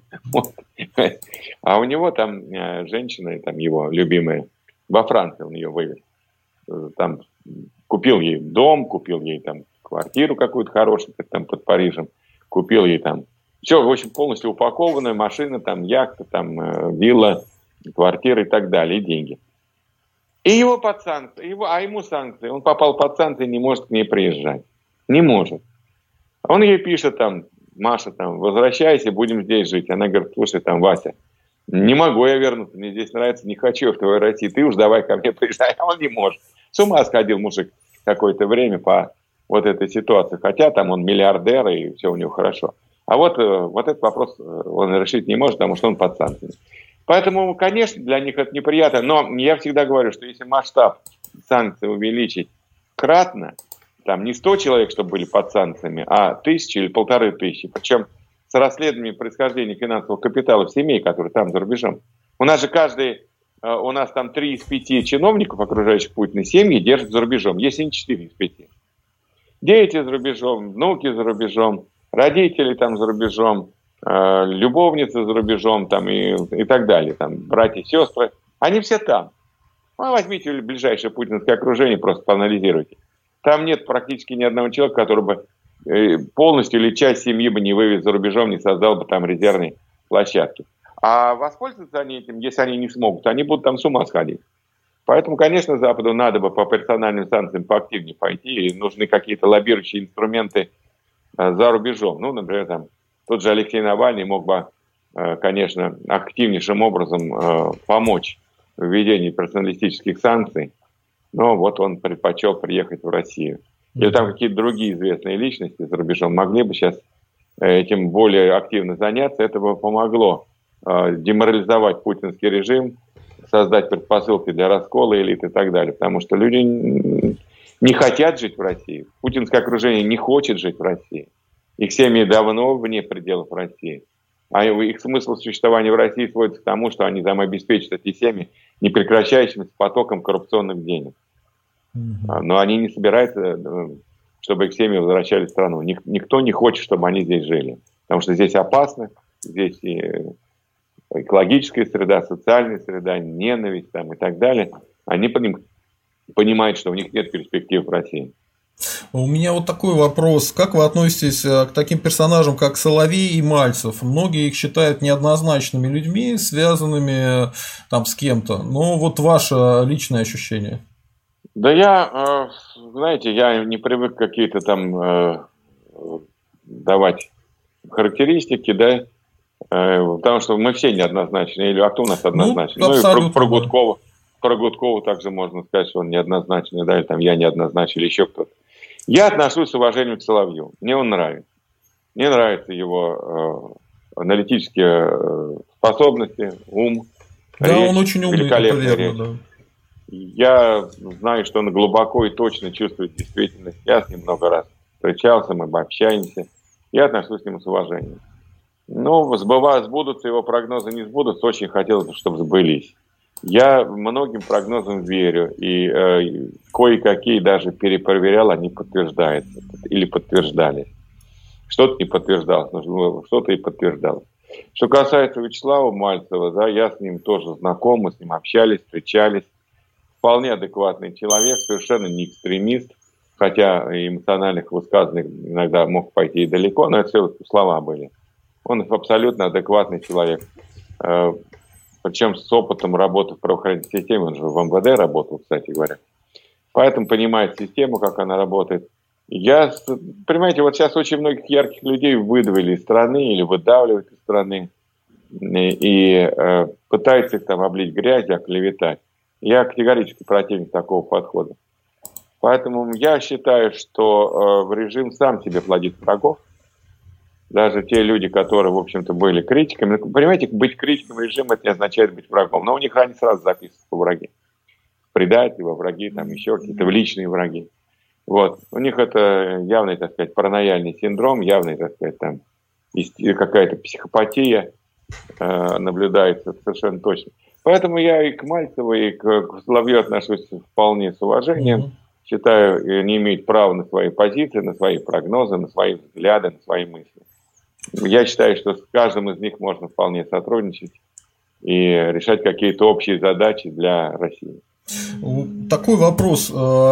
А у него там женщина, там его любимая, во Франции он ее вывез. Там купил ей дом, купил ей там квартиру какую-то хорошую, там под Парижем, купил ей там все, в общем, полностью упакованная машина, там яхта, там вилла, квартира и так далее, и деньги. И его под санкции, ему санкции, он попал под санкции, не может к ней приезжать. Не может. Он ей пишет там, Маша, там, возвращайся, будем здесь жить. Она говорит, слушай, там, Вася, не могу я вернуться, мне здесь нравится, не хочу в твоей России, ты уж давай ко мне приезжай. А он не может. С ума сходил мужик какое-то время по вот этой ситуации. Хотя там он миллиардер, и все у него хорошо. А вот этот вопрос он решить не может, потому что он под санкциями. Поэтому, конечно, для них это неприятно. Но я всегда говорю, что если масштаб санкций увеличить кратно, там не 100 человек, чтобы были под санкциями, а 1000 или 1500. Причем с расследованием происхождения финансового капитала в семей, которые там за рубежом. У нас там 3 из 5 чиновников, окружающих Путина, семьи держат за рубежом, если не 4 из 5. Дети за рубежом, внуки за рубежом, родители там за рубежом, любовницы за рубежом там, и так далее, там, братья, сестры, они все там. Ну, возьмите ближайшее путинское окружение, просто поанализируйте. Там нет практически ни одного человека, который бы полностью или часть семьи бы не вывез за рубежом, не создал бы там резервные площадки. А воспользоваться они этим, если они не смогут, они будут там с ума сходить. Поэтому, конечно, Западу надо бы по персональным санкциям поактивнее пойти, и нужны какие-то лоббирующие инструменты за рубежом. Ну, например, там, тот же Алексей Навальный мог бы, конечно, активнейшим образом помочь в введении персоналистических санкций, но вот он предпочел приехать в Россию. Или там какие-то другие известные личности за рубежом могли бы сейчас этим более активно заняться, это бы помогло деморализовать путинский режим, создать предпосылки для раскола элит и так далее. Потому что люди не хотят жить в России. Путинское окружение не хочет жить в России. Их семьи давно вне пределов России. А их смысл существования в России сводится к тому, что они там обеспечат эти семьи непрекращающимся потоком коррупционных денег. Но они не собираются, чтобы их семьи возвращались в страну. Никто не хочет, чтобы они здесь жили. Потому что здесь опасно, здесь и экологическая среда, социальная среда, ненависть там, и так далее. Они понимают, что у них нет перспектив в России. У меня вот такой вопрос. Как вы относитесь к таким персонажам, как Соловей и Мальцев? Многие их считают неоднозначными людьми, связанными там с кем-то. Но вот ваше личное ощущение. Да знаете, я не привык какие-то там давать характеристики, да, потому что мы все неоднозначны. Или кто у нас однозначный? Ну и про Гудкова также можно сказать, что он неоднозначный, да, или там я неоднозначный, или еще кто-то. Я отношусь с уважением к Соловью. Мне он нравится. Мне нравятся его аналитические способности, ум, да, речь, он очень умный, великолепная речь. Да. Я знаю, что он глубоко и точно чувствует действительность. Я с ним много раз встречался, мы общаемся. Я отношусь к нему с уважением. Но сбудутся его прогнозы, не сбудутся. Очень хотелось бы, чтобы сбылись. Я многим прогнозам верю. И кое-какие даже перепроверял, они подтверждаются. Или подтверждались. Что-то не подтверждалось, но что-то и подтверждалось. Что касается Вячеслава Мальцева, да, я с ним тоже знаком, мы с ним общались, встречались. Вполне адекватный человек, совершенно не экстремист, хотя эмоциональных высказываний иногда мог пойти и далеко, но это все слова были. Он абсолютно адекватный человек. Причем с опытом работы в правоохранительной системе, он же в МВД работал, кстати говоря. Поэтому понимает систему, как она работает. Понимаете, вот сейчас очень многих ярких людей выдавили из страны или выдавливают из страны и пытаются их там облить грязью, оклеветать. Я категорически противник такого подхода. Поэтому я считаю, что режим сам себе плодит врагов. Даже те люди, которые, в общем-то, были критиками. Понимаете, быть критиком режима, это не означает быть врагом. Но у них они сразу записываются во враги. Предатели, во враги, там еще какие-то личные враги. Вот. У них это явный, так сказать, паранояльный синдром, явный, так сказать, там какая-то психопатия наблюдается совершенно точно. Поэтому я и к Мальцеву, и к Соловью отношусь вполне с уважением. Считаю, не имеют права на свои позиции, на свои прогнозы, на свои взгляды, на свои мысли. Я считаю, что с каждым из них можно вполне сотрудничать и решать какие-то общие задачи для России. Такой вопрос.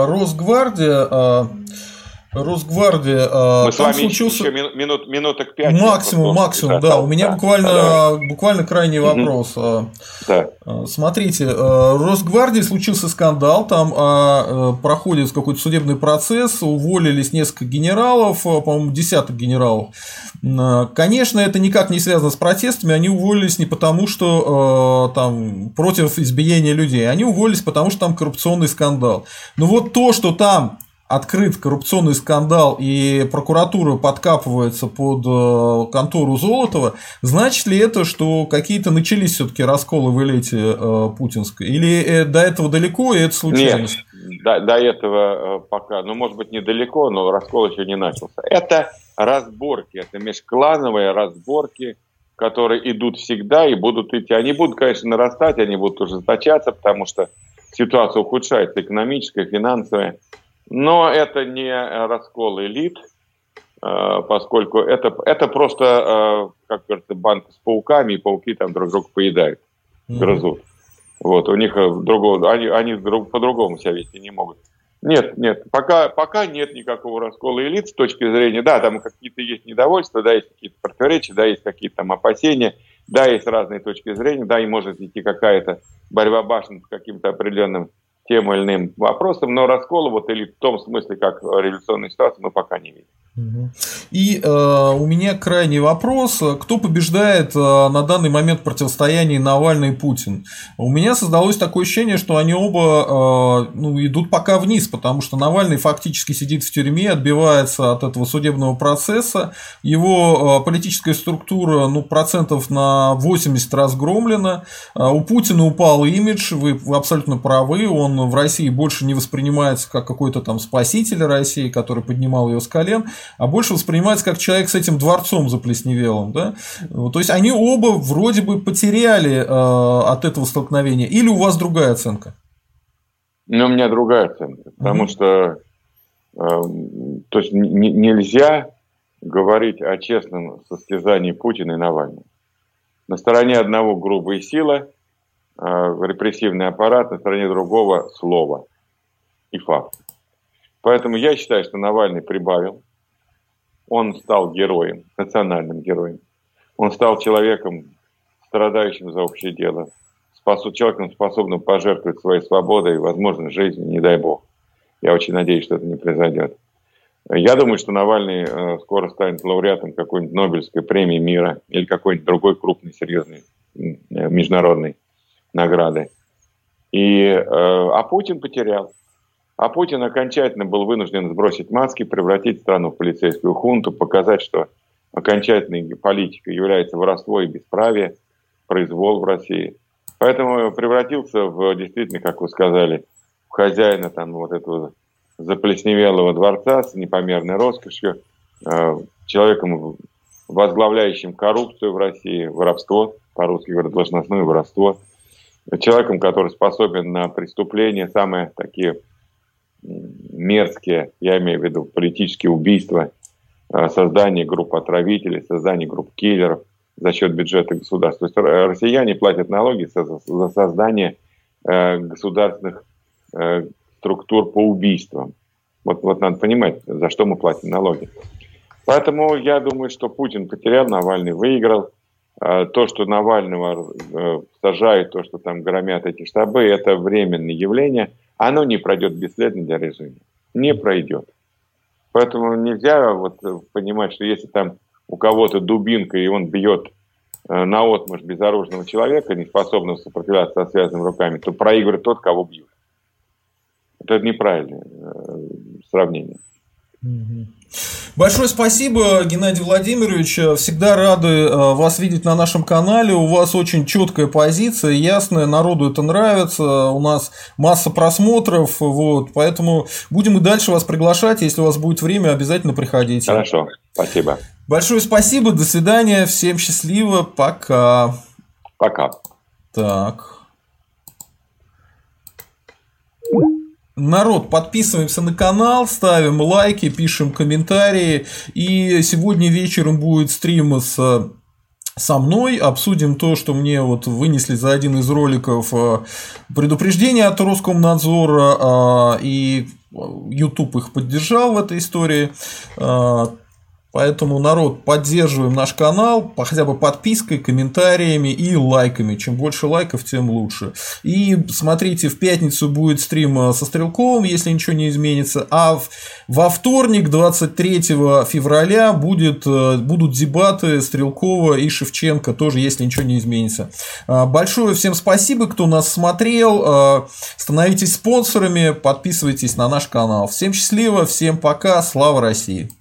Росгвардия. Мы с вами еще минуток 5. Максимум, да. У меня буквально крайний вопрос. Да. Смотрите, в Росгвардии случился скандал, там проходит какой-то судебный процесс, уволились несколько генералов, по-моему, десяток генералов. Конечно, это никак не связано с протестами, они уволились не потому, что там против избиения людей, они уволились потому, что там коррупционный скандал. Но вот то, что там открыт коррупционный скандал и прокуратура подкапывается под контору Золотова, значит ли это, что какие-то начались все-таки расколы в элите путинской? Или до этого далеко, и это случайность? Нет, до этого пока, может быть, недалеко, но раскол еще не начался. Это разборки, это межклановые разборки, которые идут всегда и будут идти. Они будут, конечно, нарастать, они будут ужесточаться, потому что ситуация ухудшается, экономическая, финансовая. Но это не раскол элит, поскольку это просто, как говорится, банка с пауками, и пауки там друг друга поедают, грызут. Вот, у них они по-другому себя вести не могут. Нет, пока нет никакого раскола элит с точки зрения, да, там какие-то есть недовольства, да, есть какие-то противоречия, да, есть какие-то там опасения, да, есть разные точки зрения, да, и может идти какая-то борьба башен с каким-то определенным тем или иным вопросом, но раскола вот или в том смысле, как революционная ситуация, мы пока не видим. И у меня крайний вопрос. Кто побеждает на данный момент в противостоянии Навальный и Путин? У меня создалось такое ощущение, что они оба идут пока вниз, потому что Навальный фактически сидит в тюрьме, отбивается от этого судебного процесса. Его политическая структура процентов на 80 разгромлена. У Путина упал имидж, вы абсолютно правы. Он в России больше не воспринимается как какой-то там спаситель России, который поднимал ее с колен, а больше воспринимается как человек с этим дворцом заплесневелым. Да? То есть они оба вроде бы потеряли от этого столкновения. Или у вас другая оценка? У меня другая оценка. Потому что то есть нельзя говорить о честном состязании Путина и Навального. На стороне одного грубая сила, репрессивный аппарат, на стороне другого слово и факт. Поэтому я считаю, что Навальный прибавил. Он стал героем, национальным героем. Он стал человеком, страдающим за общее дело. Человеком, способным пожертвовать своей свободой, возможно, жизнью, не дай бог. Я очень надеюсь, что это не произойдет. Я думаю, что Навальный скоро станет лауреатом какой-нибудь Нобелевской премии мира или какой-нибудь другой крупной, серьезной международной награды. А Путин потерял. А Путин окончательно был вынужден сбросить маски, превратить страну в полицейскую хунту, показать, что окончательной политикой является воровство и бесправие, произвол в России. Поэтому превратился в, действительно, как вы сказали, в хозяина там вот этого заплесневелого дворца с непомерной роскошью, человеком, возглавляющим коррупцию в России, воровство, по-русски говорят, должностное воровство, человеком, который способен на преступления, самые такие мерзкие, я имею в виду политические убийства, создание групп отравителей, создание групп киллеров за счет бюджета государства. То есть россияне платят налоги за создание государственных структур по убийствам. Вот надо понимать, за что мы платим налоги. Поэтому я думаю, что Путин потерял, Навальный выиграл. То, что Навального сажают, то, что там громят эти штабы, это временное явление. Оно не пройдет бесследно для режима. Не пройдет. Поэтому нельзя понимать, что если там у кого-то дубинка, и он бьет наотмашь безоружного человека, не способного сопротивляться со связанными руками, то проигрывает тот, кого бьют. Это неправильное сравнение. Большое спасибо, Геннадий Владимирович. Всегда рады вас видеть на нашем канале. У вас очень четкая позиция, ясная, народу это нравится. У нас масса просмотров, поэтому будем и дальше вас приглашать. Если у вас будет время, обязательно приходите. Хорошо, спасибо. Большое спасибо, до свидания, всем счастливо, пока. Пока. Так. Народ, подписываемся на канал, ставим лайки, пишем комментарии. И сегодня вечером будет стрим со мной. Обсудим то, что мне вынесли за один из роликов предупреждение от Роскомнадзора. И YouTube их поддержал в этой истории. Поэтому, народ, поддерживаем наш канал хотя бы подпиской, комментариями и лайками. Чем больше лайков, тем лучше. И смотрите, в пятницу будет стрим со Стрелковым, если ничего не изменится. А во вторник, 23 февраля, будут дебаты Стрелкова и Шевченко, тоже, если ничего не изменится. Большое всем спасибо, кто нас смотрел. Становитесь спонсорами, подписывайтесь на наш канал. Всем счастливо, всем пока, слава России!